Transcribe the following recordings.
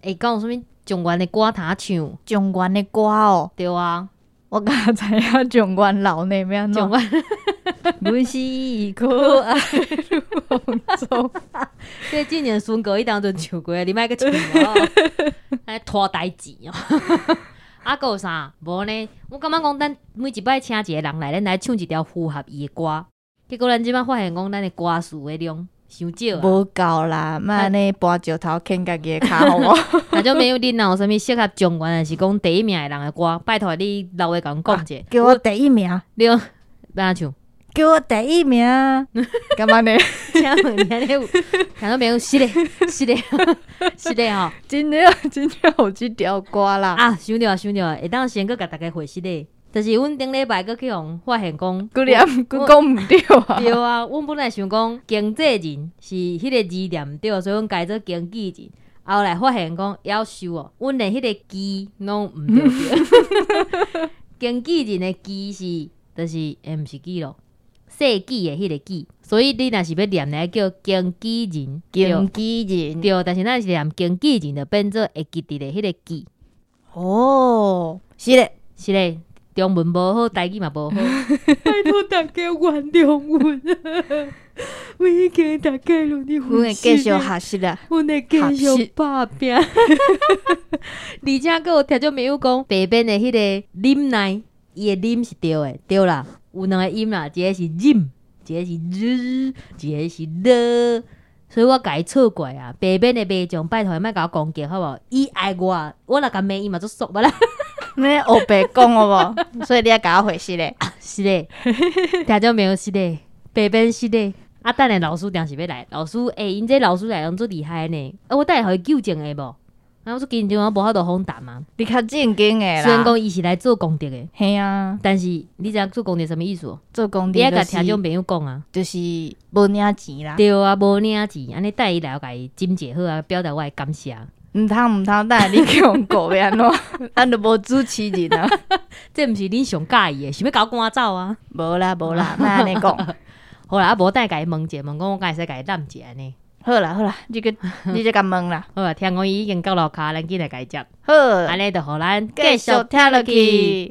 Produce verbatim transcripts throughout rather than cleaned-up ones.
会讲有啥物状元的歌通唱？ 状元的歌哦， 对啊， 我敢知影状元老呢，要安怎？ 状元，阮是可爱如风中。这今年孙哥伊当阵唱过，你莫去唱哦，哎拖代志哦。啊，还有啥？无呢？我感觉讲，咱每一摆请一个人来，咱来唱一条符合伊的歌。结果咱即摆发现讲，咱的歌词的量伤少啊， 无够啦，莫安尼拔石头牵家己的骹互我。 那种没有恁若有啥物适合状元，还是讲第一名的人的歌，拜托你老话甲阮讲者。 叫我第一名， 你要安怎唱？ 叫我第一名，干嘛呢？ 请问你安尼有？听到没有？是嘞，是嘞，是嘞吼！ 真的真的有即条歌啦！ 啊，想着想着，会当先搁甲大家回是嘞。就是阮顶礼拜搁去互发现讲， 佫念佫讲毋对啊！ 对啊，阮本来想讲经济人是迄个字念毋对，所以阮改做经济人。后来发现讲夭寿哦，阮连迄个字拢毋对对。经济人的字是，就是诶，毋是字咯。世纪的迄个纪，所以你若是要念来叫经纪人， 经纪人对，但是咱是念经纪人，就变做会记得的迄个纪。 哦，是嘞， 是嘞，中文无好，台语嘛无好，拜托大家原谅阮啊！我已经大家拢伫阮会继续学习啦， 阮会继续打拼。而且佫有听种朋友讲，北边的迄个啉奶，伊的啉是对的，对啦。有两个音啦，一个是 rim， 一个是 r， 一个是 l， 所以我甲伊错怪啊。北边的白种，拜托莫甲我攻击好无？伊爱我，我若甲骂伊嘛做俗无啦。 你黑白讲好无？所以你要甲我回是嘞， 是嘞，听种没有是嘞，北边是嘞。啊，等下老师定是要来，老师诶，因这老师来用最厉害呢。啊，我等下互伊纠正的无？啊，我说紧张，我无法度访谈嘛。 你较正经诶啦。 虽然讲伊是来做功德的， 嘿啊， 但是你知影做功德什么意思？ 做功德你爱甲听种朋友讲啊， 就是无领钱啦。 对啊，无领钱，安尼带伊来，我甲伊斟解好啊，表达我的感谢。 毋通毋通，等下你去用过要安怎？咱都无主持人啊， 这毋是恁上介意的，想要甲我赶走啊？ 无啦无啦，莫安尼讲。 好啦，啊无等下甲伊问者，问讲我敢会使甲伊揽者安尼。 好啦好啦，你个你这甲问啦。 好啦，听讲伊已经到路骹，咱紧来甲伊接。 好， 安尼就互咱继续听落去。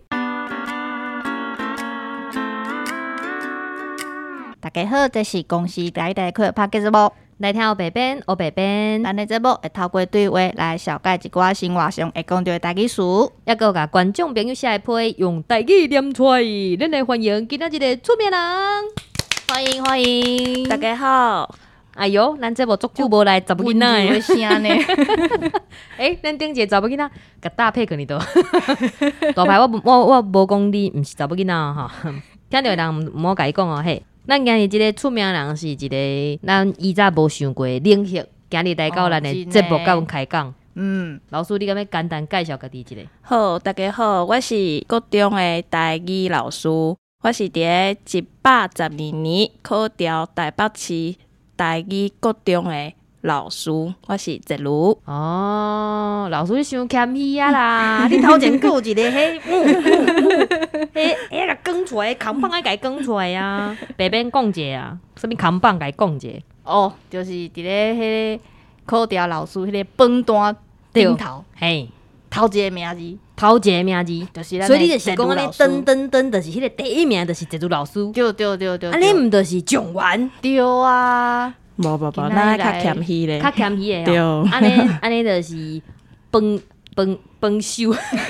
大家好，这是公司第一台课 Podcast 节目， 来听黑白边，黑白边。 咱的节目会透过对话来小解一寡生活上会讲到的台语词， 也搁甲观众朋友写的批用台语念出来。咱来欢迎今仔日的出名人，欢迎欢迎， 大家好。 哎哟，咱这无足久无来查某囡仔的声呢？ 诶，咱顶一个查某囡仔，甲搭配去你倒。大牌我我我无讲你毋是查某囡仔吼，听到人毋好甲伊讲哦嘿。咱今日即个出名人是一个咱以前无想过的领域，今日来到咱的节目甲阮开讲。嗯，老师，你敢要简单介绍家己一下？ 好，大家好，我是国中的台语老师，我是伫一百十二年考调台北市台语国中的老师，我是泽如。 哦，老师你伤谦虚啊啦！你头前佫有一个迄，迄迄个讲出来，扛棒爱甲伊讲出来啊！白边讲者啊，啥物扛棒甲伊讲者？ 哦，就是伫咧迄个考调老师迄个榜单顶头， 嘿， 头一个名字， 头一个名字， 就是咱所以你就是讲安尼老师噔噔噔，就是迄个第一名，就是泽如老师。 对对对对， 啊，你毋就是状元？ 对啊。 无无无，咱较谦虚咧， 较谦虚诶对， 安尼安尼就是饭饭饭收，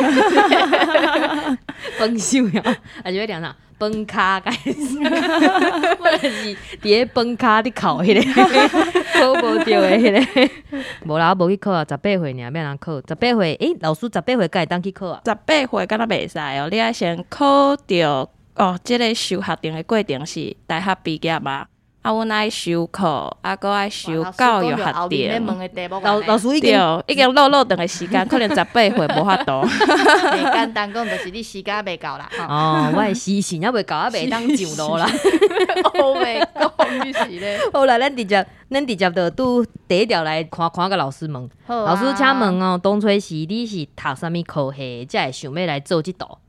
饭收呀，啊就要念啥？饭骹个，我就是伫咧饭骹伫考迄个，考无着诶迄个，无啦，我无去考啊，十八岁尔，要人考，十八岁，诶，老师十八岁敢会当去考啊？ 十八岁敢若袂使哦，你爱先考着哦，即、这个修学程的过程是大学毕业嘛。啊，阮爱修课，啊，搁爱修教育学程。 老老师已经对，已经落落长的时间，可能十八岁无法度。 袂简单讲，就是你时间袂够啦。 哦，我的时辰还袂够，还袂当上路啦。 我袂讲，你是咧。 好啦，咱直接，咱直接就拄第一条来看看个老师问。老师请问哦，当初时你是读啥物科系，才会想要来做即道？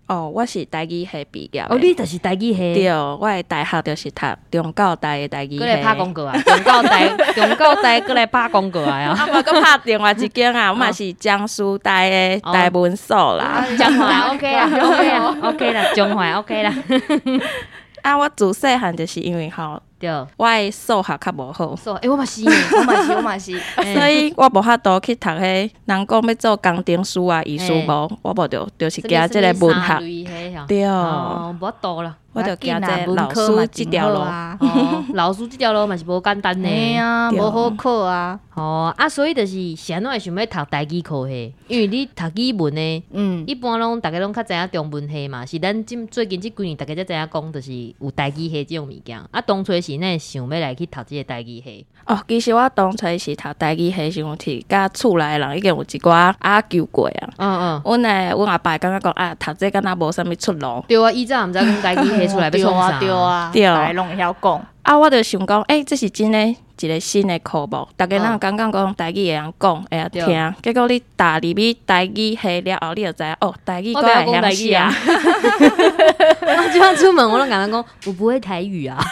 哦，我是台语系毕业的。 哦，你就是台语系。 对，我的大学就是读中教台的台语系。 过来拍广告啊！中教台，中教台过来拍广告啊！ 啊，无搁拍另外一间啊，我嘛是江苏台的台文所啦。 江淮 OK 啦 ，OK 啦 ，OK 啦，江淮 OK 啦。 啊，我自细汉就是因为吼， 对， 我的数学较无好， 说，诶，我嘛是呢， 我嘛是，我嘛是， 所以我无法度去读迄人讲要做工程师啊、艺术无，我无就就是惊即个文学。对， 哦，无多啦。 我就惊这老师即条路啊， 哦，老师即条路嘛是无简单呢。 嘿啊，无好考啊。 哦，啊，所以就是谁拢会想要读台语科系，因为你读语文呢，嗯，一般拢大家拢较知影中文系嘛，是咱今最近即几年大家才知影讲，就是有台语系即种物件。啊，当初是咱想要来去读即个台语系。 哦，其实我当初是读台语系，是有替甲厝内的人已经有一寡阿求过啊。 嗯嗯， 阮诶，阮阿爸感觉讲啊，读这敢若无啥物出路。 对啊，以前毋知讲台语系出来要创啥。 对啊， 对大家拢会晓讲。 啊，我就想讲，诶、欸，这是真诶一个新诶科目，逐个人感觉讲台语会晓讲，会晓听。结果你踏入去台语系了后，你就知哦，台语我会晓写啊。 我就要出门，我拢甲人讲，我不会台语啊。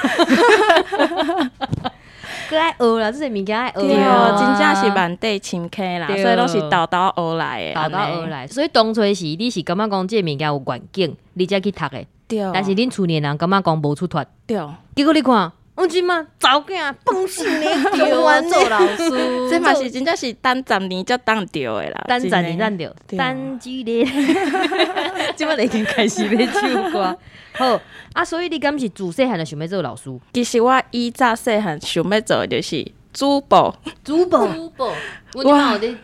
搁爱学啦，这些物件爱学。 对，真正是万底深坑啦，所以拢是豆豆学来诶， 豆豆学来。所以当初是你是感觉讲这物件有愿景，你才去读诶。 对。 但是恁厝里人感觉讲无出脱。 对。 结果你看，我即马查某囝放死呢，中完做老师， 这嘛是真正是等十年才当着诶啦。 等十年等着，等几年。即马已经开始咧唱歌。好啊，所以你敢是自细汉就想要做老师？ 其实我以早细汉想要做的就是主播， 主播，主播。我即马有咧，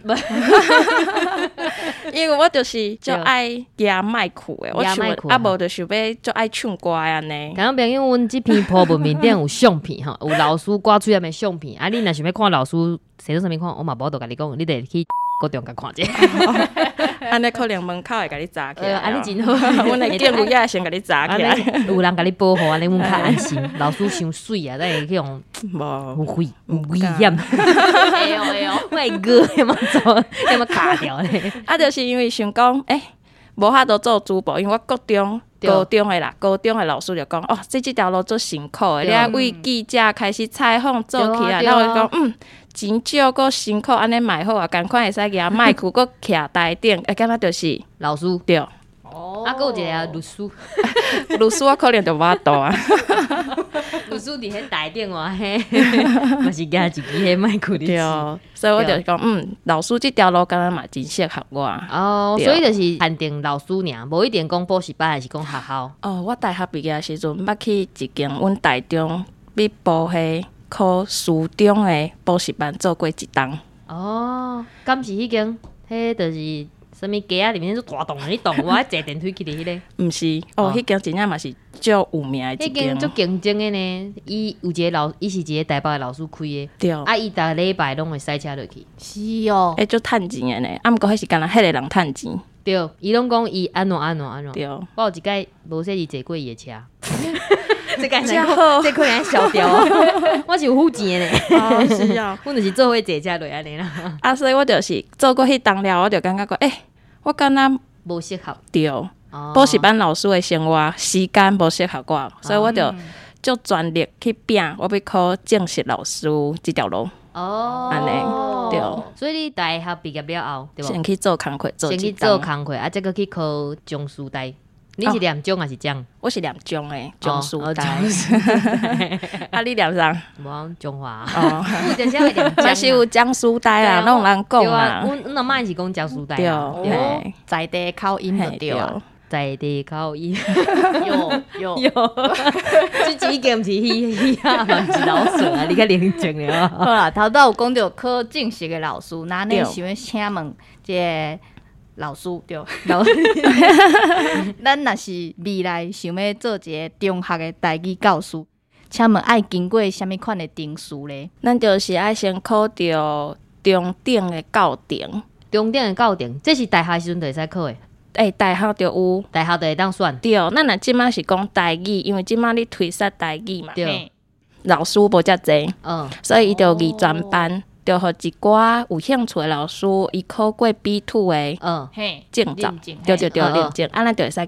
因为我就是就爱夹麦克诶，我想啊无就想要就爱唱歌安尼。 刚刚朋友，阮即篇铺文面顶有相片吼，有老师挂出来的相片。啊，你若想要看老师写到啥物看，我嘛无度甲你讲，你得去高中甲看者。 安尼可能门口会甲你砸起来， 安尼真好。 阮的建筑也先甲你砸起来， 有人甲你保护，安尼阮较安心。老师伤水啊，咱会去用无有危有危险。 哎呦哎呦， 我会割，要么做，要么卡掉咧。 啊，就是因为想讲，诶，无法度做主播，因为我高中。高中的啦，高中的老师就讲，哦，这这条路做辛苦的，你啊为记者开始采访做起来，然后就讲，嗯，真少个辛苦，安尼卖好啊，赶快会使举麦克，搁徛台顶，会感觉就是老师对。 哦，啊，搁有一个律师， 律师我可能就无法度啊。 律师伫迄台顶话嘿，嘛是举一支迄麦克的。 对，所以我就讲，嗯，老师这条路敢若嘛真适合我。 哦，所以就是限定老师尔，无一定讲补习班还是讲学校。 哦，我大学毕业的时阵，捌去一间阮台中要补迄考师中的补习班做过一档。 哦，敢是迄间？迄就是什物街仔里面做大栋的迄栋，我爱坐电梯去伫迄个。 毋是，哦，迄间真正嘛是足有名的一间。 迄间足竞争的呢，伊有一个老，伊是一个台北的老师开的。 对。 啊，伊逐个礼拜拢会塞车落去。 是哦。 诶，足趁钱的呢，啊，毋过迄是干若迄个人趁钱。 对，伊拢讲伊安怎安怎安怎。 对。 我有一摆无说是坐过伊的车。这个真好， 这可能小调哦。我是有付钱的呢。 哦，是啊。 阮就是做伙坐车落安尼啦。 啊，所以我就是做过迄档了，我就感觉讲，诶，我敢若无适合。 对。补习班老师的生活时间无适合我，所以我就就全力去拼，我要考正式老师这条路。 哦， 安尼对。 所以你大学毕业了后，对无？ 先去做工课，做先去做工课，啊，再个去考中师大。你是念中还是江？ 我是念中诶，中师大。啊，你念啥？ 无中华。 哦， 有阵时会念江。 嘛是有江师大啦，拢有人讲啦。 阮阮阿妈是讲江师大。 对， 在地口音就对啊。 在地口音。 有有有。这这已经毋是嘻嘻啊，嘛是老师啊，你较认真了。 好啦，头拄有讲到考正式诶老师，那你想要请问这老师对，老师，咱若是未来想要做一个中学的台语教师，请问爱经过什么款的程序咧？ 咱就是爱先考到中等的教程， 中等的教程，这是大学时阵就会使考的。 诶、欸，大学就有， 大学就会当选。 对，咱若即马是讲台语，因为即马你推说台语嘛， 对， 老师无遮济， 嗯， 所以伊就二专班。就互一寡有兴趣的老师，伊考过 B 二 的嗯证照，对对对，认证，啊，咱就会使去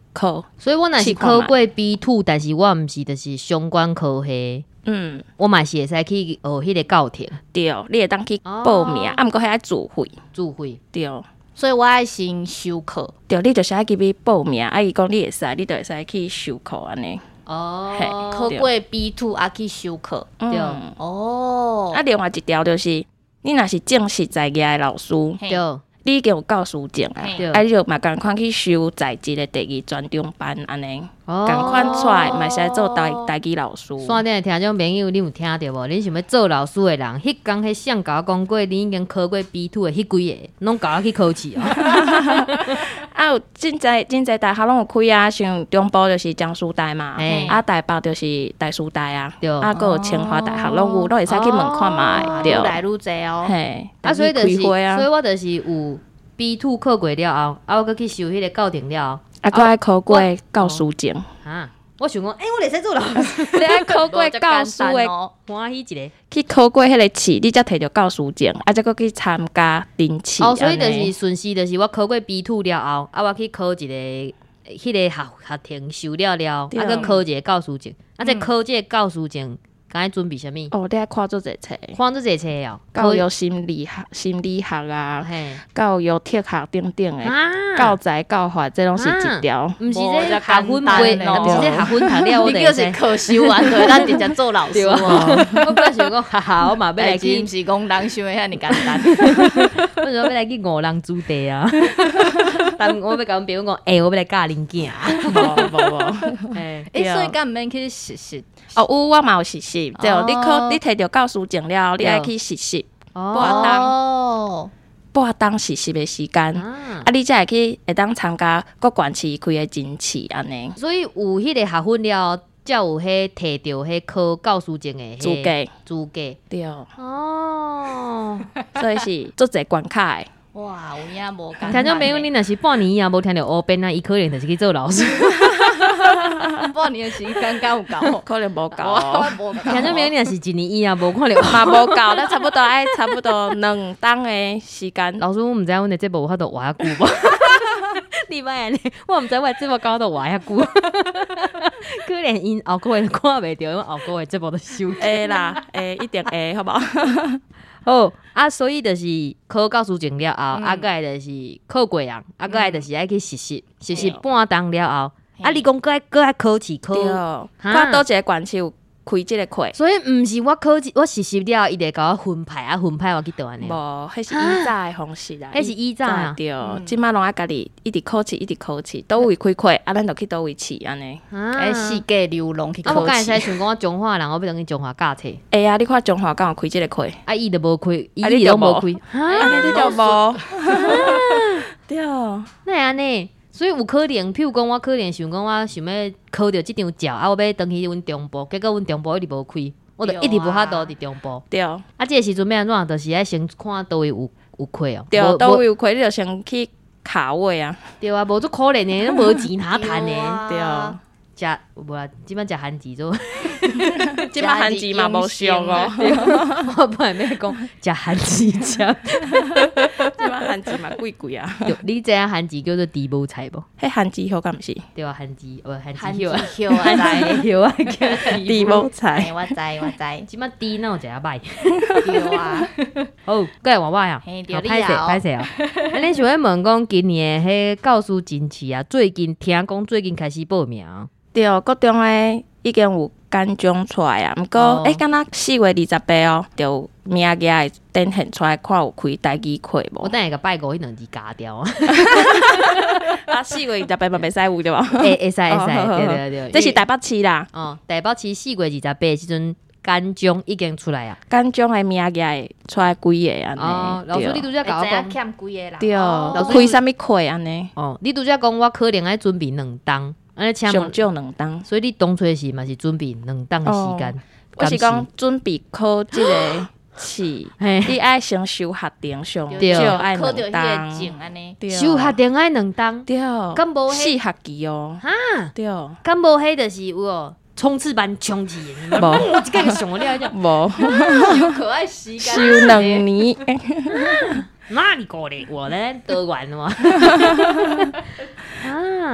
考。 所以我若是考过 B 二， 但是我毋是就是相关科系， 嗯， 我嘛是会使去学迄个教程， 对，你会当去报名，啊，毋过迄爱自费， 自费， 对。 所以我爱先修课， 对，你就是爱去去报名，啊，伊讲你会使，你就会使去修课安尼。 哦， 考过 B 二啊去修课， 对， 嗯、 哦。 啊，另外一条就是，你若是正式在业的老师， 对， 你已经有教师证啊，啊，你就嘛共款去修在职的第二专中班安尼，共款出来嘛是来做台台语老师。 线顶的听众朋友，你有听到无？你想要做老师的人，迄工迄相甲我讲过，你已经考过 B 二的迄几个，拢甲我去考试哦。 啊，有真侪真侪大学拢有开啊，像中部就是江苏大嘛，啊台北就是台师大啊，啊，还有清华大学拢有，拢会使去问看嘛，对。 愈来愈济哦。 嘿， 啊，所以就是， 所以我就是有 B 二考过了后，啊，我搁去修迄个教程了后， 啊，搁爱考过教师证。 啊，我想讲，诶、欸，我会使做老师， 你爱考过教师的， 欢喜一个， 去考过迄个试，你才摕到教师证，啊，再搁去参加临试。 哦，所以就是顺势，就是我考过 B 二了后，啊，我去考一个迄、那个学学庭修了了，啊，搁考一个教师证，啊，再考这个教师证。该准备啥物？ 哦，你爱看做这册， 看做这册哦， 教育心理学、心理学啊，教育特学等等的，教材教法，这拢是一条。 毋是这学分背，毋是这学分读了，我你就是考修完对，咱直接做老师哦。我本来想讲，哈哈，我嘛要来去， 毋是讲人想的遐尼简单。 我想要来去五人煮地啊，但我要甲阮朋友讲，诶，我要来教恁囝。 无无无， 诶，所以敢毋免去实习？ 哦，有我嘛有实习，对，你考你摕到教师证了，你爱去实习，半当半当实习的时间，啊，你才会去会当参加各县市开的甄试安尼。 所以有迄个学分了，才有迄摕到迄考教师证的资格， 资格对。 哦， 所以是做侪关卡的。 哇，有影无简单。 听众朋友，你若是半年以后无听到乌边啊，伊可能就是去做老师。 半年的时间敢有够？ 可能无够。 听众朋友，你若是一年以后无看到， 嘛无够，咱差不多爱差不多两档的时间。 老师，我毋知阮的节目有法度活遐久无？你莫安尼，我毋知我的节目搞到活遐久。可能因后个月看袂到，因为后个月节目都收。 会啦，会一定会，好无？ 好啊，所以就是考教师证了后，啊，个来就是考过人，啊，个来就是爱去实习，实习半当了后，啊，你讲个爱个爱考试考， 看倒一个县市有开即个课， 所以毋是我考我实习了，伊就甲我分派啊，分派我去倒安尼。 无，迄是以早的方式啦， 迄是以早啊。 对，即摆拢爱家己一直考试，一直考试，倒位开课，啊，咱就去倒位试安尼。 哎，世界流浪去考试。 啊，我刚才才想讲，我中华人，我要等去中华教册。 会啊，你看中华敢有开即个课？ 啊，伊就无开，伊都无开， 啊，你就无。对， 那安尼。所以有可能，譬如讲，我可能想讲，我想要考到即张照，啊，我要登去阮中部，结果阮中部一直无开，我就一直无法度伫中部。 对， 啊，即个时阵要安怎？就是爱先看倒位有有开哦。 对，倒位有开，你就先去卡位啊。 对啊，无足可怜的，无钱通趁的。 对啊。 食无啊，即摆食番薯做， 即摆番薯嘛无俗哦。 我本来要讲食番薯食，即摆番薯嘛贵贵啊。 你知影番薯叫做猪母菜无？ 迄番薯好敢毋是？ 对啊，番薯，呃，番番薯叶啊， 番叶啊，叫猪母菜。 我知我知， 即摆猪哪有食啊歹？ 对啊。 好，过来换我啊。 嘿，对歹势歹势哦。安尼想要问讲，今年的迄教师甄试啊，最近听讲最近开始报名。 对，国中诶已经有简章出来啊，毋过诶，敢若四月二十八哦，就名额会展现出来，看有开台语课无？ 我等下个拜五迄两字加掉啊！ 啊，四月二十八嘛袂使有对无？ 会会使会使，对对对， 这是台北市啦。 哦，台北市四月二十八时阵简章已经出来啊， 简章诶名额会出来几个安尼？ 哦，老师你拄则甲我讲， 欠几个啦？ 对，开啥物课安尼？ 哦，你拄则讲我可能爱准备两档。 上少两档， 所以你当初是嘛是准备两档的时间。 我是讲准备考即个试，你爱先修学程上少爱两档， 修学程爱两档， 对， 敢无四学期哦， 哈， 对， 敢无迄就是有哦，冲刺班冲刺， 无， 我一个上了就无， 修可爱时间， 修两年， 哪里过的？我呢得完了吗？啊。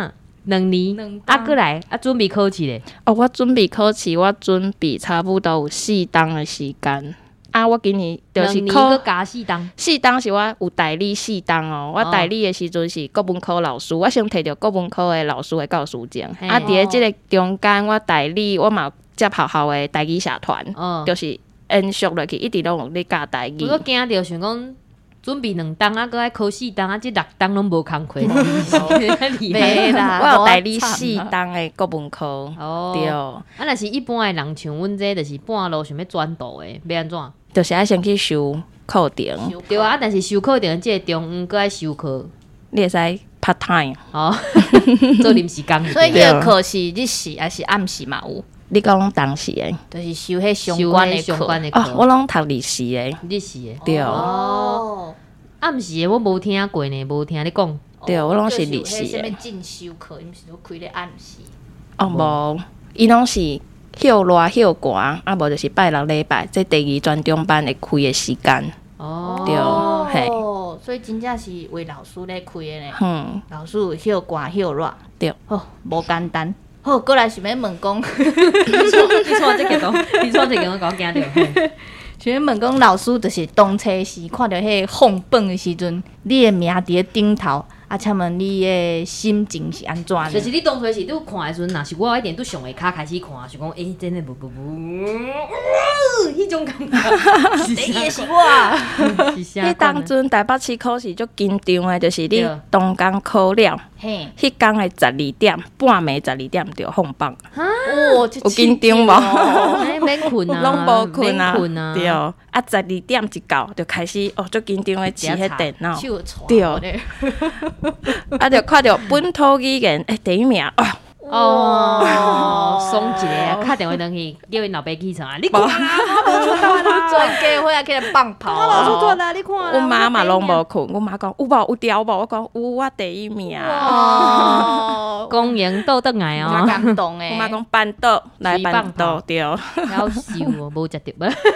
两年，啊，过来啊，准备考试咧。 哦，我准备考试，我准备差不多有四档的时间。啊，我今年就是考两年加四档， 四档是我有代理四档哦。我代理的时阵是国文科老师，我先摕到国文科的老师的教师证。啊，伫咧即个中间，我代理我嘛有接学校的台语社团，哦、就是延续落去，一直拢有咧教台语。 我惊着想讲。准备两档啊，搁爱考四档啊，即六档拢无工课， 没啦， 我有代理四档的国文科，哦，对。啊， 若是一般的人像阮这，就是半路想要转读的，要安怎？ 就是爱先去修课程， 对啊，但是修课程即个中午搁爱修课， 你会使 part time 哦，做临时工。 所以迄个课是日时还是暗时嘛有？ 你讲拢当时诶， 就是修迄相关的相关的课。 哦，我拢读日时诶， 日时诶， 对。 哦，暗时诶，我无听过呢，无听你讲。 对，我拢是日时诶。 什么进修课，伊毋是都开咧暗时？ 哦，无，伊拢是休热休寒，啊，无就是拜六礼拜，这第二专中班会开诶时间。 哦， 对，嘿。 所以真正是为老师咧开诶呢。 嗯， 老师有休寒休热。 对， 哦，无简单。好，过来想要问讲， 你错，你错这个都，你错这个我讲惊着。 想要问讲，老师就是当初时看到迄个放榜的时阵，你的名伫咧顶头，啊，请问你的心情是安怎？ 就是你当初是你看的时阵，若是我一定拄上下骹开始看，想讲，诶，真的不不不，迄种感觉，第一个是我。 迄当阵台北市考试足紧张的，就是你当天考了， 嘿， 迄天的十二点，半暝十二点就放榜。 哦， 有紧张无？ 免困啊， 拢无困啊， 困啊， 对。啊，十二点一到就开始哦，足紧张的试迄电脑， 对。 啊，就看到本土语言诶第一名哦。 哦，爽一个，打电话转去，叫因老爸起床啊！你看啦，我无出到啦， 做家伙啊，去来放炮啊！ 我无出到啦，你看啦。 阮妈嘛拢无困，阮妈讲有无有调无？我讲有，我第一名。 哦， 公营倒转来哦， 真感动诶！ 阮妈讲办倒来办倒对。 夭寿哦，无食着啊！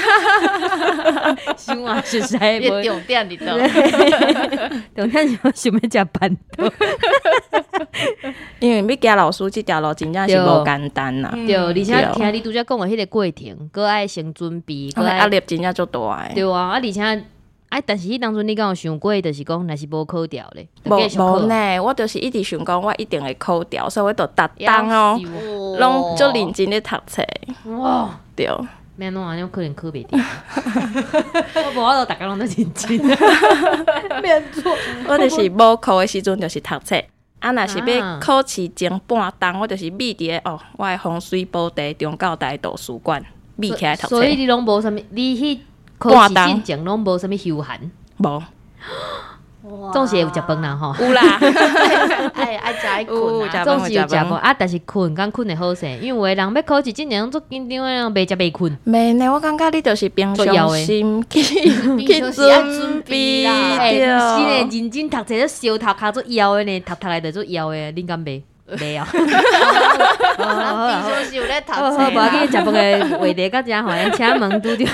想啊，实在无。重点伫倒， 重点是我想要食办倒。 因为要行老师这条路真正是无简单啦， 对，而且听你拄则讲的迄个过程，搁爱先准备， 搁爱压力真正足大诶。 对啊，啊，而且啊，但是迄当初你敢有想过，就是讲，若是无考掉咧， 无无呢，我就是一直想讲，我一定会考掉，所以我就逐档哦，拢足认真咧读册。哇，对。 免弄安尼，可能考袂掉。我无，我都逐工拢在认真。免错， 我就是无考的时阵就是读册。啊，若是要考试前半冬，我就是秘伫哦，我的风水宝地中教大图书馆秘起来读册。 所以你拢无啥物，你迄考试进前拢无啥物休闲？ 无。 总是会有食饭啦吼。 有啦， 爱爱食爱困啊， 总是有食饭啊，但是困敢困会好势，因为有的人要考试进前拢足紧张诶，袂食袂困。 袂呢，我感觉你就是平常心去去准备啦。 哎，是咧，认真读册，烧头壳做枵诶呢，读读来就做枵诶，恁敢袂？袂啊！ 平常时有咧读册。 无要紧，食饭诶话题较正好，请问拄着。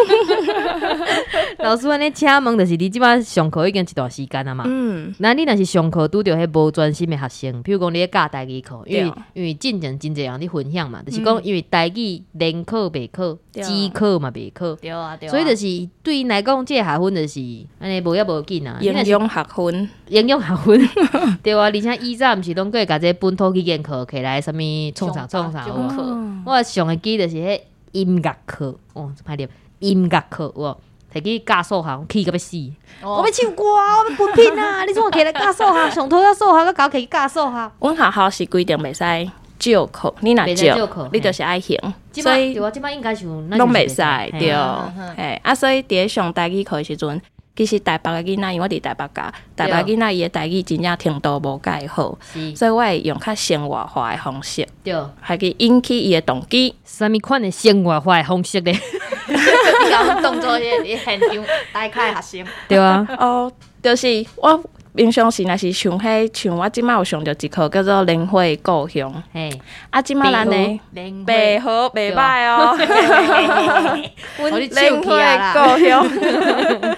老师安尼请问，就是你即摆上课已经一段时间啊嘛。嗯。那你若是上课拄着迄无专心诶学生，譬如讲你咧教台语课，因为因为进前真侪人咧分享嘛，就是讲因为台语连考袂考，机考嘛袂考。 对啊对啊。 所以就是对因来讲，即个学分就是安尼无要无紧啊。 应用学分。 应用学分。对啊，而且以前毋是拢过会甲这本土语言课起来，啥物创啥创啥课。我上会记就是迄音乐课，哦，歹念音乐课哦。摕去教数学，气到要死！哦、我要唱歌，我要分品啊！你怎么起来教数学？上头要数学，佮搞起教数学。 阮学校是规定袂使借课，你若借，你就是爱行。 所以对啊，即摆应该是拢袂使对，嘿啊，所以伫咧上台语课的时阵，其实台北的囡仔，因为我伫台北教，台北囡仔伊的台语真正程度无介好，所以我会用较生活化的方式，对，还可以引起伊的动机。 啥物款的生活化的方式咧？ 你讲当做你现场带开学生， 对啊，哦，就是我平常时若是像迄像我即摆有上着一课叫做联会故乡，嘿，啊，即摆咱呢白河袂歹哦， 我联会故乡，啊，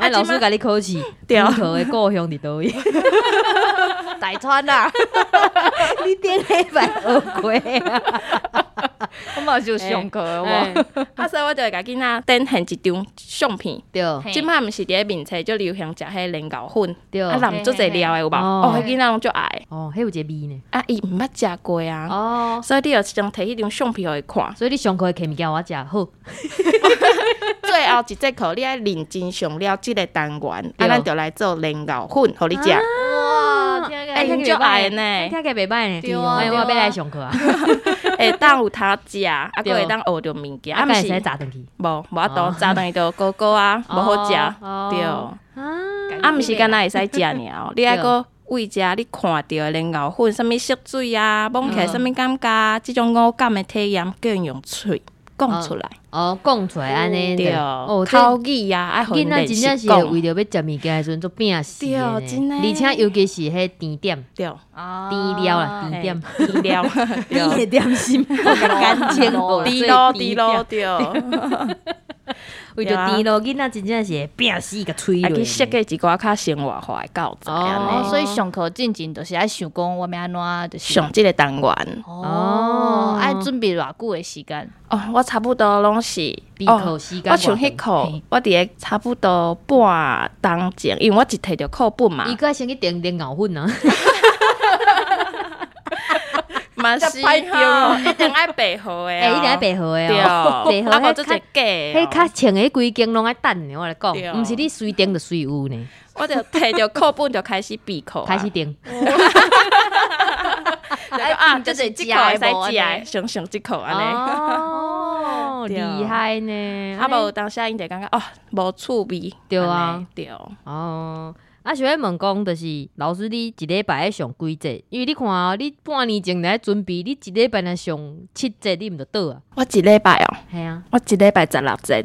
啊，老师甲你考试， 对考的故乡伫倒位？ 大川啊， 你顶礼拜学过啊？ 我嘛就上课有无？ 啊，所以我就会甲囡仔展现一张相片。 对嘿即摆毋是伫咧面册就流行食迄莲藕粉， 对， 啊，淋做侪料的有无？ 哦哦，迄囡仔拢足爱。 哦，迄有一个味呢。 啊，伊毋捌食过啊， 哦， 所以你要先摕迄张相片互伊看。 所以你上课的摕物件我食好。 最后一节课你爱认真上了即个单元，啊， 对咱就来做莲藕粉，互你食。 哇，听哎，因足爱呢， 听起来袂歹呢。 对啊哎，我要来上课啊。 会当有通食，啊， 对佫会当学着物件。 啊， 毋是敢会使炸转去？ 无，无法哦度炸等于着高高啊，无好食。 哦对， 啊， 啊，毋是敢若会使食尔哦，你爱佫为食你看到的莲藕粉，啥物色水啊，摸起来啥物感觉，即种五感的体验，叫人用喙讲出来。 哦，讲出来安尼对， 哦， 口语啊，爱互囡因练习仔真正是讲。 为着要食物件的时阵做拼死的呢对真的而且尤其是迄甜点、 对， 啊甜料啦，甜点、 低料， 甜的点心，干净无低咯低咯，对。 为着甜咯，囡仔真正是会拼死个喙落。 啊去设计一寡较生活化的教材安哦， 尼， 所以上课进前就是爱想讲我要安怎，就是上即个单元。 哦，爱准备偌久的时间？ 哦，我差不多拢是闭课时间我像迄课，我伫咧差不多半当前，因为我一摕着课本嘛伊，个先去订订藕粉啊， 嘛是吼，一定爱备好诶， 哎，一定爱备好的对， 哦，备好啊，无做迄较一假的哦， 迄较穿的规间拢爱等呢，我来讲， 对毋是你随订就随有呢， 我就摕着课本就开始备课啊， 开始订。 就啊，就是即课会使食食的的，上上即课安尼。 哦， 对厉害呢！ 啊，无当下因就感觉哦，无趣味。 对啊安尼，对。 哦，啊，想要问讲，就是老师你一礼拜爱上几节？因为你看哦，你半年前来准备，你一礼拜来上七节，你毋就倒啊？ 我一礼拜哦， 系啊， 我一礼拜十六节，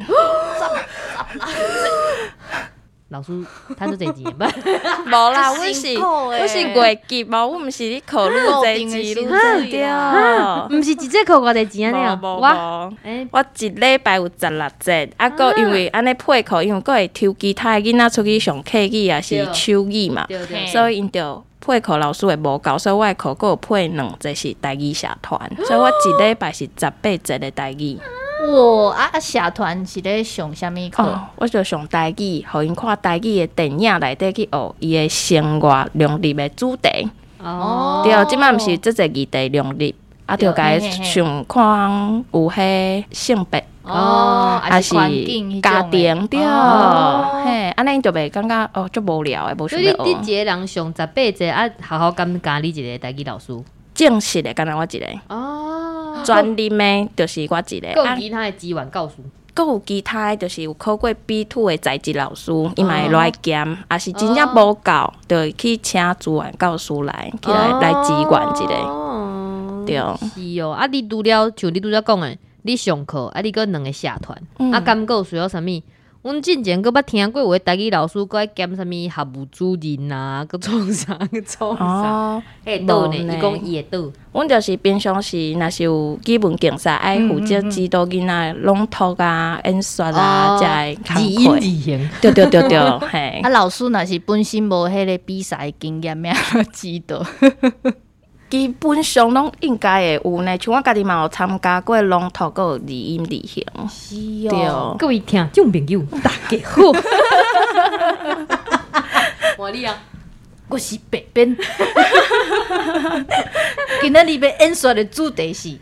老师趁做侪钱吧？ 无啦，阮是辛苦的阮是月级无，阮毋是咧考虑这钱， 固定的薪水对啊毋是一节课偌侪钱啊？ 无无我无。 诶， 我一礼拜有十六节，啊，佮因为安尼配课，因为佮会抽其他的囡仔出去上客语啊，是手语嘛， 对对， 所以因着配课老师会无够，所以我的课佮有配两节是台语社团，所以我一礼拜是十八节的台语。 哇，啊啊，社团是咧上啥物课？ 哦，我就上台语，互因看台语的电影内底去学伊的生活农历的主题。 哦， 对，即摆毋是即个议题农历，啊，就甲伊上看有迄性别。 哦， 还是环境迄种的家庭对， 哦嘿，安尼就袂感觉哦，足无聊诶，无所以你想要学。 你一个人上十八节啊，好好感加你一个台语老师。 正式诶，敢若我一个， 哦， 专任诶，就是我一个。啊， 有其他的资源告诉。 佮有其他诶，就是有考过 B 二 诶在职老师，伊嘛会来兼，啊是真正无够，就会去请资源教师来，去来来支援一个。 哦， 对是哦。啊，你除了像你拄则讲诶，你上课啊，你搁两个社团， 嗯啊，敢搁有需要啥物？阮之前搁捌听过有诶台语老师搁爱兼啥物学务主任啊，搁创啥搁创啥？ 哦， 迄倒呢？ 无呢伊讲伊会倒。 阮就是平常时，若是有基本竞赛，爱负责指导囡仔朗读啊、演说啊，才会字音工课。 字形。 对对对对，嘿啊，。老师若是本身无迄个比赛经验，要安怎指导？ 基本上拢应该会有呢，像我家己嘛有参加过朗读，还有字音字形。 是对， 各位听众朋友，大家好。换你啊！ 我是白边。今仔日要演说的主题是，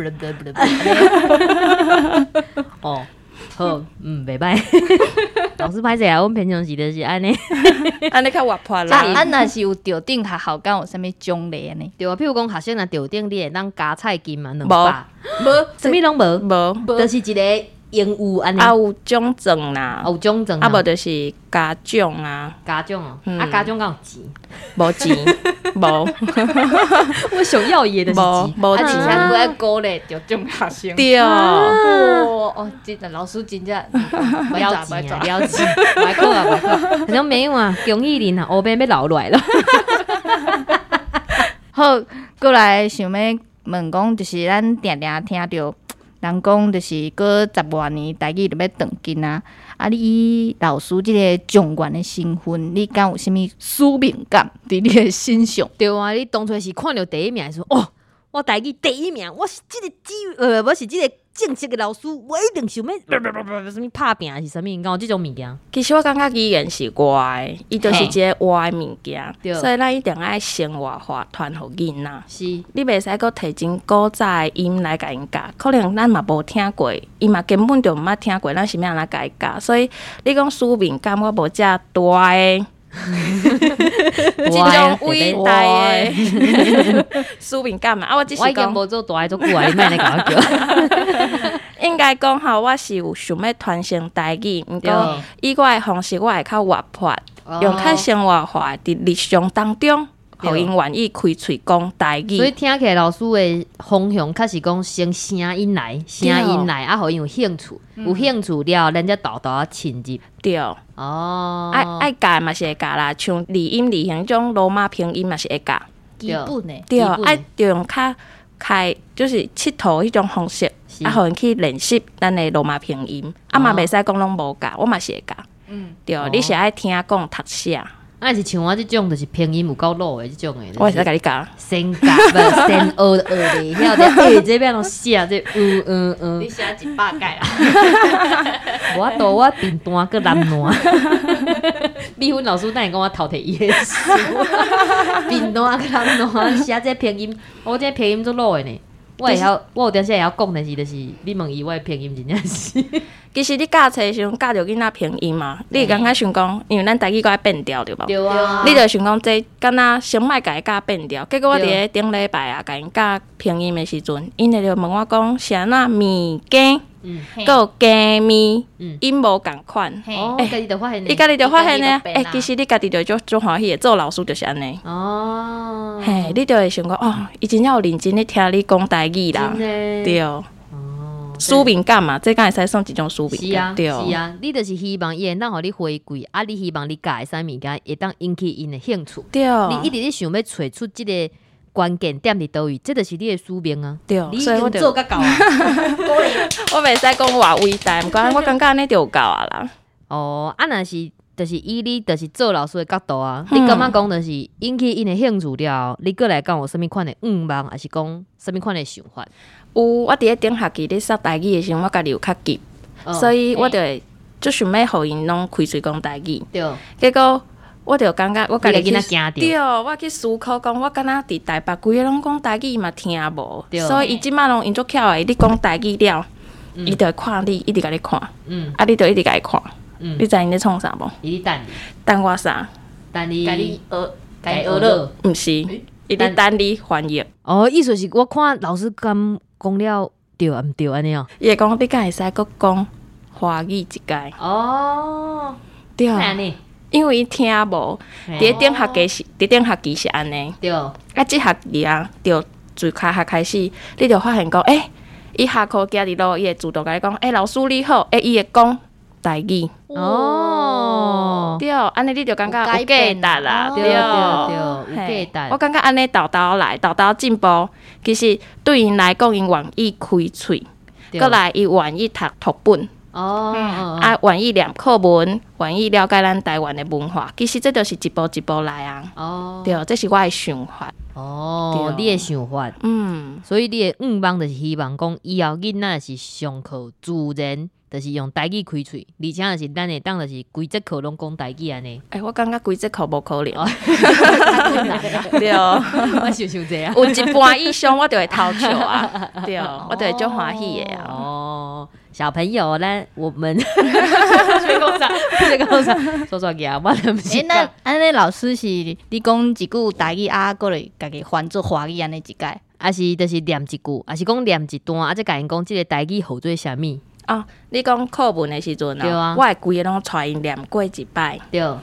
哦，好，嗯，袂歹。老师歹势啊，阮平常时就是安尼。 安尼较活泼啊， 啦。 啊，若是有着顶学校，敢有啥物奖励呢？ 对啊，譬如讲学生若吊顶，你会当加菜金嘛，两无百， 无， 啥物拢无， 无， 就是一个英语安尼， 啊有奖状啦， 有奖状啊无就是家奖啊， 家长哦， 嗯啊家长敢有钱， 无钱，无我想要伊的就是钱， 无无啊，而且钱。 还爱鼓励着中学生。 对， 哦，哦，真的老师真正不要钱啊，不要钱，外口啊外口，反正没有啊，恭喜恁啊，后边要留落来了。 好，过来想要问讲，就是咱定定听着人讲就是过十外年，台语就要断根啊。啊，你以老师即个状元的身份，你敢有啥物使命感伫你的身上？ 对啊，你当初是看到第一名，说哦，我台语第一名，我是即个机呃，我是即个正式的老师，我一定想要不不不不什么拍拼是啥物？敢有即种物件？ 其实我感觉语言是活的，伊就是一个活的物件，所以咱一定爱生活化传互囡仔。 是， 你袂使搁摕真古早的音来甲因教，可能咱嘛无听过，伊嘛根本就毋捌听过，咱是要安怎甲伊教？所以你讲使命感，我无遮大的。即种伟大的使命感嘛，啊，我只是讲， 我已经无做大的做久啊，你莫来甲我叫。 应该讲吼，我是有想要传承台语，毋过以我的方式，我会较活泼，用较生活化伫日常当中，互因愿意开喙讲台语。 所以听起来老师的方向，较是讲先声音来，声音来，啊，互因有兴趣，有兴趣了，咱才豆豆啊侵入。 对， 哦， 爱爱教嘛是会教啦，像离音离形种罗马拼音嘛是会教。 基本的， 对，爱就用较开就是佚佗迄种方式，啊，互因去练习咱的罗马拼音，啊嘛袂使讲拢无教，我嘛是会教。嗯，对，你是爱听讲读写。 啊，是像我即种，就是拼音有够老的即种诶。 我会使甲你教。 先教，无先学学咧，晓得？诶，这边拢写这嗯嗯嗯。 你写一百届啦。 我度我平单个蓝烂。美芬老师等下讲我偷摕伊诶书，平单个蓝烂写这拼音，我这拼音做老诶呢。我会晓，我有当时会晓讲，但是就是你问伊，我的拼音真正是。 其实你教册时阵教着囡仔拼音嘛，你会感觉想讲，因为咱台语搁爱变调对无？ 对啊。 你就想讲这敢若先莫甲伊教变调，结果我伫咧顶礼拜啊，甲因教拼音的时阵，因就问我讲是安怎物件，嗯，搁有加咪，音无共款。 哦，家己就发现。 伊家己就发现呢，诶，其实你家己就足足欢喜的，做老师就是安尼。 哦。 嘿，你就会想讲，哦，伊真正有认真咧听你讲台语啦，对。使命感嘛，这敢会使算一种使命感，对。 是啊，你就是希望伊会当互你回馈，啊，你希望你教的啥物件会当引起因的兴趣， 对。 你一直咧想要找出即个关键点伫倒位，这就是你的使命啊。 对， 所以我做甲够啊。 我袂使讲偌伟大，毋过我感觉安尼就有够啊啦。 哦，啊，若是就是以你就是做老师的角度啊，嗯、你感觉讲就是引起因的兴趣了，你过来讲有啥物款的愿望，还是讲啥物款的想法？ 有，我伫咧顶学期咧说台语的时候，我家己有较急，哦、所以我就会就想要互因拢开嘴讲台语。对，结果我就感觉我家己去，对，我去思考讲，我敢若伫台北规个拢讲台语嘛听无，所以伊即摆拢因足巧的，你讲台语了，伊、嗯、就会看你，一直甲你看，嗯，啊，你就一直甲伊看，嗯，你知因咧创啥无？ 伊咧等你， 等我啥？ 等你， 甲你学， 甲你学了， 毋是，伊咧等你翻译。 哦，意思是我看老师讲。讲了对啊，毋对安尼哦。 伊会讲你敢会使搁讲华语一届。 哦， 对啊。因为伊听无，伫顶学期是，伫顶学期是安尼。 对。啊， 即学期啊，就自开学开始，你就发现讲，诶、欸，伊下课行伫路，伊会主动甲你讲，诶、欸，老师你好，诶、欸，伊会讲台语。哦。对，安尼你就感觉有价值啦。 对对对，有价值。 我感觉安尼豆豆来，豆豆进步。其实对因来讲，因愿意开喙，过来伊愿意读读本，哦，嗯、啊，愿意念课文，愿意了解咱台湾的文化。其实这就是一步一步来啊。哦，对，这是我的想法。 哦，你的想法，嗯，所以你的愿望就是希望讲以后囡仔是上课自然。就是用台语开喙，而且就是咱会当就是规节课拢讲台语安尼。 诶、欸，我感觉规节课无可能。 对，我想想这啊， 有一半以上我就会偷笑啊。对，我就会足欢喜的啊。 哦，小朋友呢，我们吹讲啥？吹讲啥？说说嘢，我都毋是。 诶、欸，那安尼老师是你讲一句台语啊，过来家己翻做华语安尼一解， 还是就是念一句，还是讲念一段，啊，再甲因讲即个台语号做啥物？ 哦，你讲课文的时阵啊，我会规个拢带因念过一摆。 对，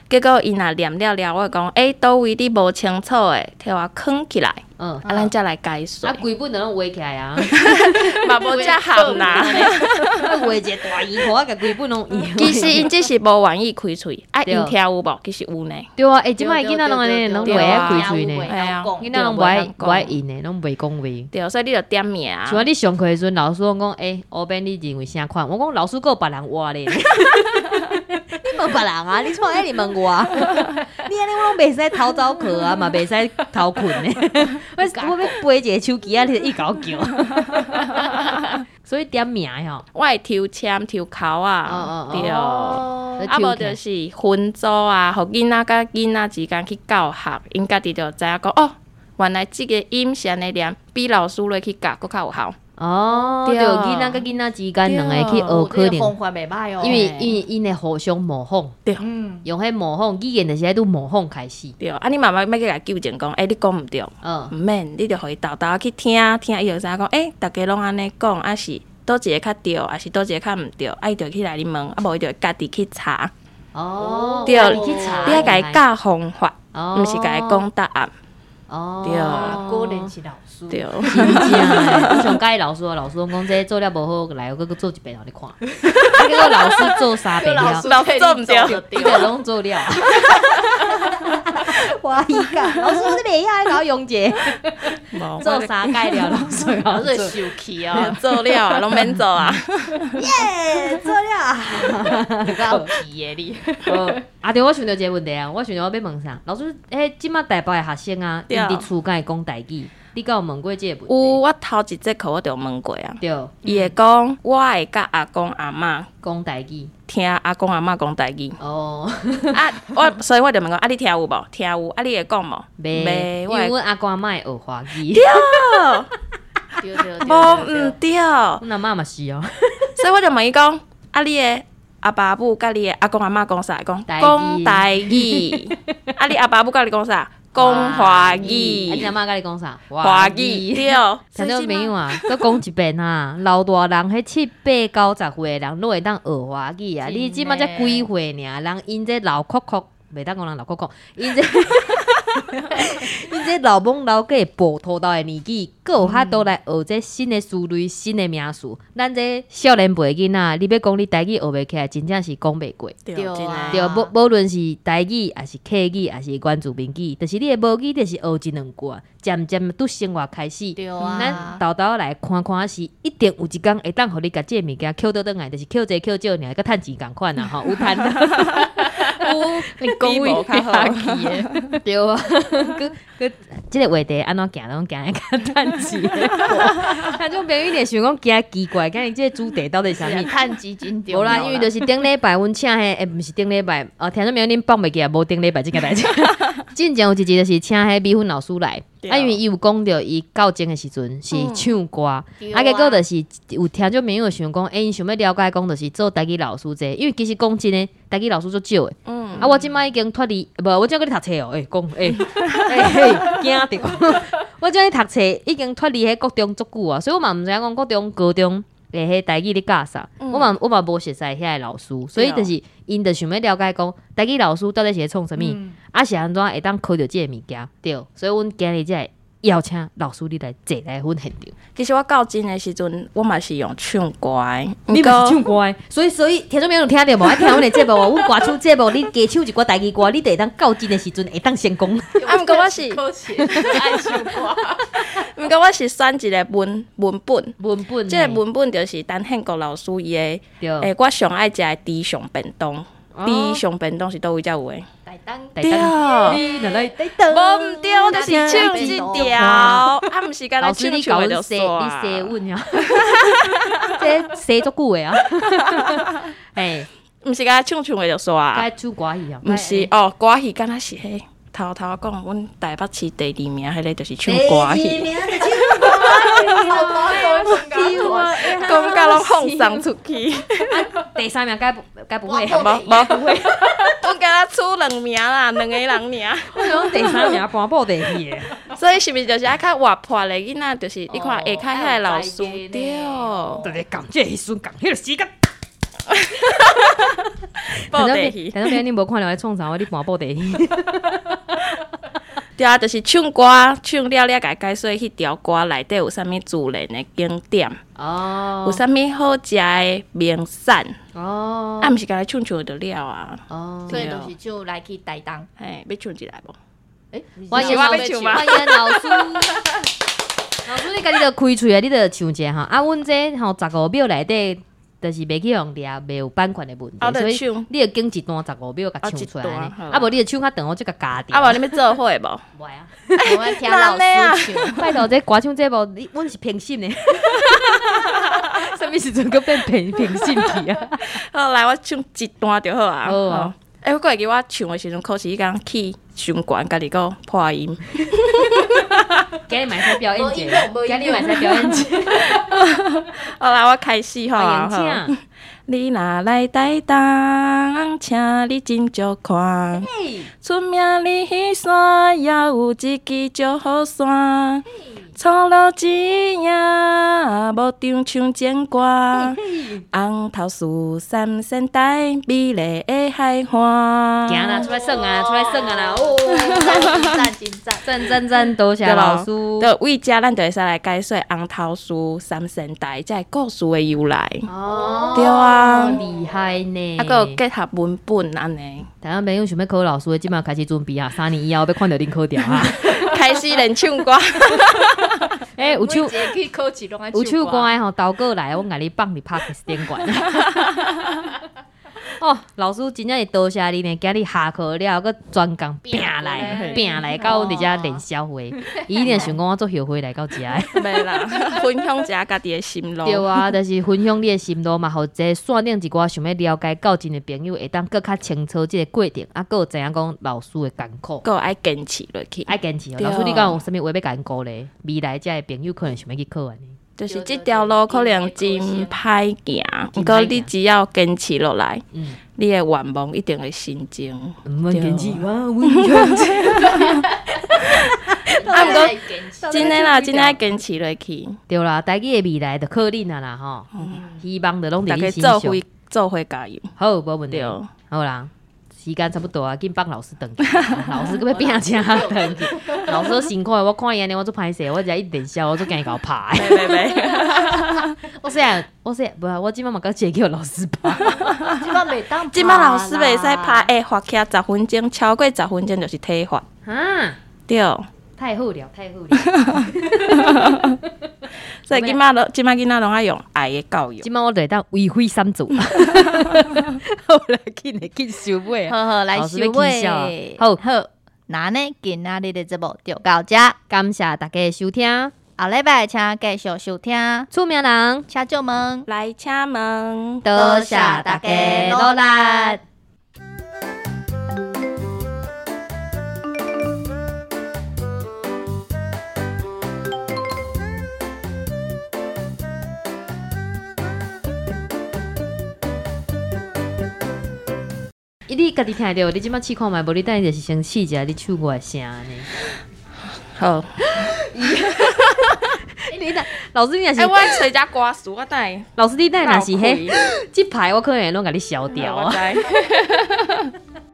结果伊若念了了，我讲诶，倒位你无清楚诶，替我藏起来， 嗯， 啊，咱才来解说啊，。规本都拢画起来啊， 嘛无遮含啦。 画一个大圆图，啊，甲规本拢圆。 其实因只是无愿意开喙，啊， 对因听有无？其实有呢。 对啊，诶，即摆囡仔拢安尼，拢袂爱开喙呢， 哎呀囡仔拢无爱无爱应呢，拢袂讲话。 对，所以你就点名啊。 像你上课的时阵，老师讲讲，诶，后边你认为啥款？我讲老师还有别人话咧。你问别人啊？你创啥你问我？你安尼我拢袂使偷走课啊，嘛袂使偷困呢。我我要背一个手机啊，你就一搞叫。所以点名吼， 我会抽签抽考啊，对。 哦， 啊，无就是分组啊，互囡仔甲囡仔之间去教学，因家己就知影讲哦，原来即个音是安尼念，比老师咧去教佫较有效。 哦， 对对，囡仔甲囡仔之间两个去学可能， 方法袂歹哦， 因为因为因会互相模仿， 对， 嗯， 用迄模仿语言就是喺拄模仿开始。 对，啊，你妈妈要去甲纠正讲，诶、欸，你讲毋对， 嗯， 毋免，你就互伊豆豆去听听，伊就知影讲，诶、欸，逐家拢安尼讲，啊是倒一个较对，啊是倒一个较毋对，啊伊就去来你问，啊无伊就家己去查， 哦， 对你去查， 你要甲伊教方法， 哦， 毋是甲伊讲答案， 哦， 对果然是老师， 对。 真正诶，我上介老师啊，老师讲这做了无好，来我搁做一遍互你看。啊，结果老师做三遍了， 老师做毋对伊就拢做了。我伊讲，老师我这袂晓，你甲我用者， 无做三届了，老师老师老师生气我啊， 做了啊，拢免做啊。 耶，做了。 够皮的你， 呃啊对，我想到一个问题啊，我想到我要问啥？老师，迄即马台北的学生啊，因对伫厝敢会讲台语，你敢有问过这个问有， 题？ 我头一节课我就问过啊， 对， 伊会讲，我会甲阿公阿嬷讲台语。 听阿公阿嬷讲台语。 哦， 啊，我所以我就问讲，啊，你听有无？听有，啊，你会讲无？ 袂，因我会为阮阿公阿嬷会学华语， 对对对， 无毋对， 阮阿嬷嘛是哦。 所以我就问伊讲，啊，你的阿爸母甲你的阿公阿嬷讲啥？讲台语讲台语。啊，你阿爸母甲你讲啥？讲华啊， 语你。阿嬷甲你讲啥？ 华语对， 听到朋友啊，搁讲一遍啊，老大人迄七八九十岁的人都会当学华语啊。 真的你即马才几岁尔？人因这老壳壳，袂当讲人老壳壳，因这因这老懵老过步头到的年纪，搁有遐多来学这新的词类、新的名词。咱这少年辈囡仔，你要讲你台语学袂起来，真正是讲袂过。 对， 对真的啊对，无无论是台语，还是客语，还是原住民语，就是你的母语，就是学一两句，渐渐拄生活开始。 对啊， 咱豆豆来看看是一定有一天会当互你甲这物件捡倒转来，就是捡济捡少尔，甲趁钱共款啦吼，有趁。有你讲无较好。 对啊，佮佮即个话题安怎行拢行来较趁钱。他种朋友一定想讲惊奇怪，今日即个主题到底是啥物？ 趁基金无啦，因为就是顶礼拜阮请迄，诶，毋是顶礼拜，哦，听说明恁放袂记啊，无顶礼拜即个代志。之前有一集就是请迄米粉老师来，啊，因为伊有讲着伊到前的时阵是唱歌，啊，结果就是有听众朋友想讲，诶，因想要了解讲，就是做台语老师这，因为其实讲真诶，台语老师足少诶。 嗯， 啊，我即摆已经脱离，无，我正搁咧读册哦，诶，讲，诶，诶，惊着，我正咧读册，已经脱离迄国中足久啊，所以我嘛毋知影讲国中、高中。诶，迄台语咧教啥？我嘛我嘛无熟悉遐个老师，所以就是因着想要了解讲台语老师到底是咧创啥物，啊是安怎会当考着即个物件？对，所以阮今日才会邀请老师你来坐来阮现场。 其实我到真的时阵，我嘛是用唱歌的， 你嘛是唱歌的，所以所以听众朋友有听到无？爱听阮的节目哦，阮歌手节目，你加唱一寡台语歌，你就会当到真的时阵会当成功。 啊，毋过我是， 可惜爱唱歌， 毋过我是选一个文文本， 文本， 即个文本就是陈宪国老师伊的， 对， 诶，我上爱食的猪上便当， 哦猪上便当是倒位才有的？ 台当对， 你来来台灯， 无毋对，我就是唱一条，啊，毋是干老那师你搞唱唱的就阮洗，你煞。 洗阮呀，这洗足久的啊，嘿， 毋是干唱唱的就煞， 该出歌戏啊， 毋是哦，歌戏敢若是迄头头讲，阮台北市第二名，迄个就是唱歌戏，讲甲拢放送出去， 第三名该不该不会， 无无不会，阮敢若出两名啦，两个人尔。 我讲第三名颁布第二的， 所以是毋是就是爱较活泼的囡仔，就是你看下骹遐个老师对， 就是讲这时阵讲迄个时间， 布袋戏。 但是别你无看了来创啥，我你播布袋戏。 对啊，就是唱歌，唱了了，甲解说迄条歌内底有啥物自然的景点， 哦， 有啥物好食的名产， 哦， 啊，毋是甲来唱唱就了啊。 哦， 所以就是就来去台东。 嘿，要唱一来无？ 诶， 欢迎是我老要唱吗欢迎老师。老师，你家己着开喙啊，你着唱者吼。啊，阮这吼十五秒内底，就是袂去互掠，袂有版权的问啊题，所以唱你着经一段十五秒甲唱出来安尼。 啊一段好啊，无你着唱较长，我即甲加掉。 啊，无你要做伙无？ 袂啊， 我们听老师唱。 拜托，这歌唱节目，你阮是平信的。什么时阵佫变平平信去啊？ 好，来，我唱一段就好啊。 好啊。 诶、欸，我会记我唱的时阵，考试迄工起上悬，家己个破音。 今日买使表演节， 无音今日买使表演节。 好啦，我开始吼啊。 欢迎请。 你若来台东，请你真足看。出名哩迄山，也有一支足好山。草路一影，无张唱简歌。红头树三仙台，美丽的海岸。 行啦，出来耍啊，出来耍啊啦！哦， 赞真赞， 赞赞赞，多谢老师。 对，为遮咱就会使来解说红头树三仙台这故事的由来。 哦， 对啊， 厉害呢！ 啊，还有结合文本安尼。 台湾朋友想要考老师的，即马开始准备啊，三年以后要看到恁考掉哈。 开始练唱歌。 诶，有唱去考试拢爱有唱歌诶吼，倒过来，我甲你放伫 Podcast 顶管。哦，老师真正是多谢你呢，今日下课了，佮专工拼来拼来到阮伫遮练消费，伊一定想讲我做后悔来到遮诶。 袂啦，分享一下家己的心路。 对啊，就是分享你的心路嘛，互这线顶一寡想要了解教真的朋友，会当更较清楚即个过程，啊，佮有知影讲老师的艰苦， 佮爱坚持落去， 爱坚持哦。 对老师，你敢有啥物话要甲因鼓励？未来遮的朋友可能想要去考安尼。 就是即条路可能真歹行，不过你只要坚持落来， 嗯， 你的愿望一定会成真。 毋免坚持，我阮坚持。 啊，不过真的啦，真的爱坚持落去。 对啦，家己的未来就靠恁啊啦吼，希望就拢伫大家你身上。 做伙做伙加油。 好，无问题。 对， 好啦。时间差不多啊，紧放老师等去。老师搁要拼车等去。老师辛苦的，我看伊安尼，我做歹势，我只一电销，我做惊伊甲我拍。 袂袂袂， 我说啊，我说不，我即摆嘛甲借叫老师拍。 即摆袂当， 即摆老师袂使拍，诶，罚起十分钟，超过十分钟就是体罚。 啊， 对， 太好了，太好了。 所以即摆都即摆囡仔拢爱用爱的教育。 即摆我就会当为非三组。好来紧的紧收尾啊！ 好好来老师要收起笑啊尾。 好好，那呢，今仔日的节目就到这， 感谢大家的收听， 后礼拜请继续收听， 出名人请祝门， 来请问， 多谢大家努力。你家己听着，你即摆试看觅，无你等下就是先试一下你唱歌的声呢。 好。 你等老师，你若是诶，我找一只歌词，我等下。 老师，你等下若是闹迄开即排，我可能会拢甲你消掉啊。 我知。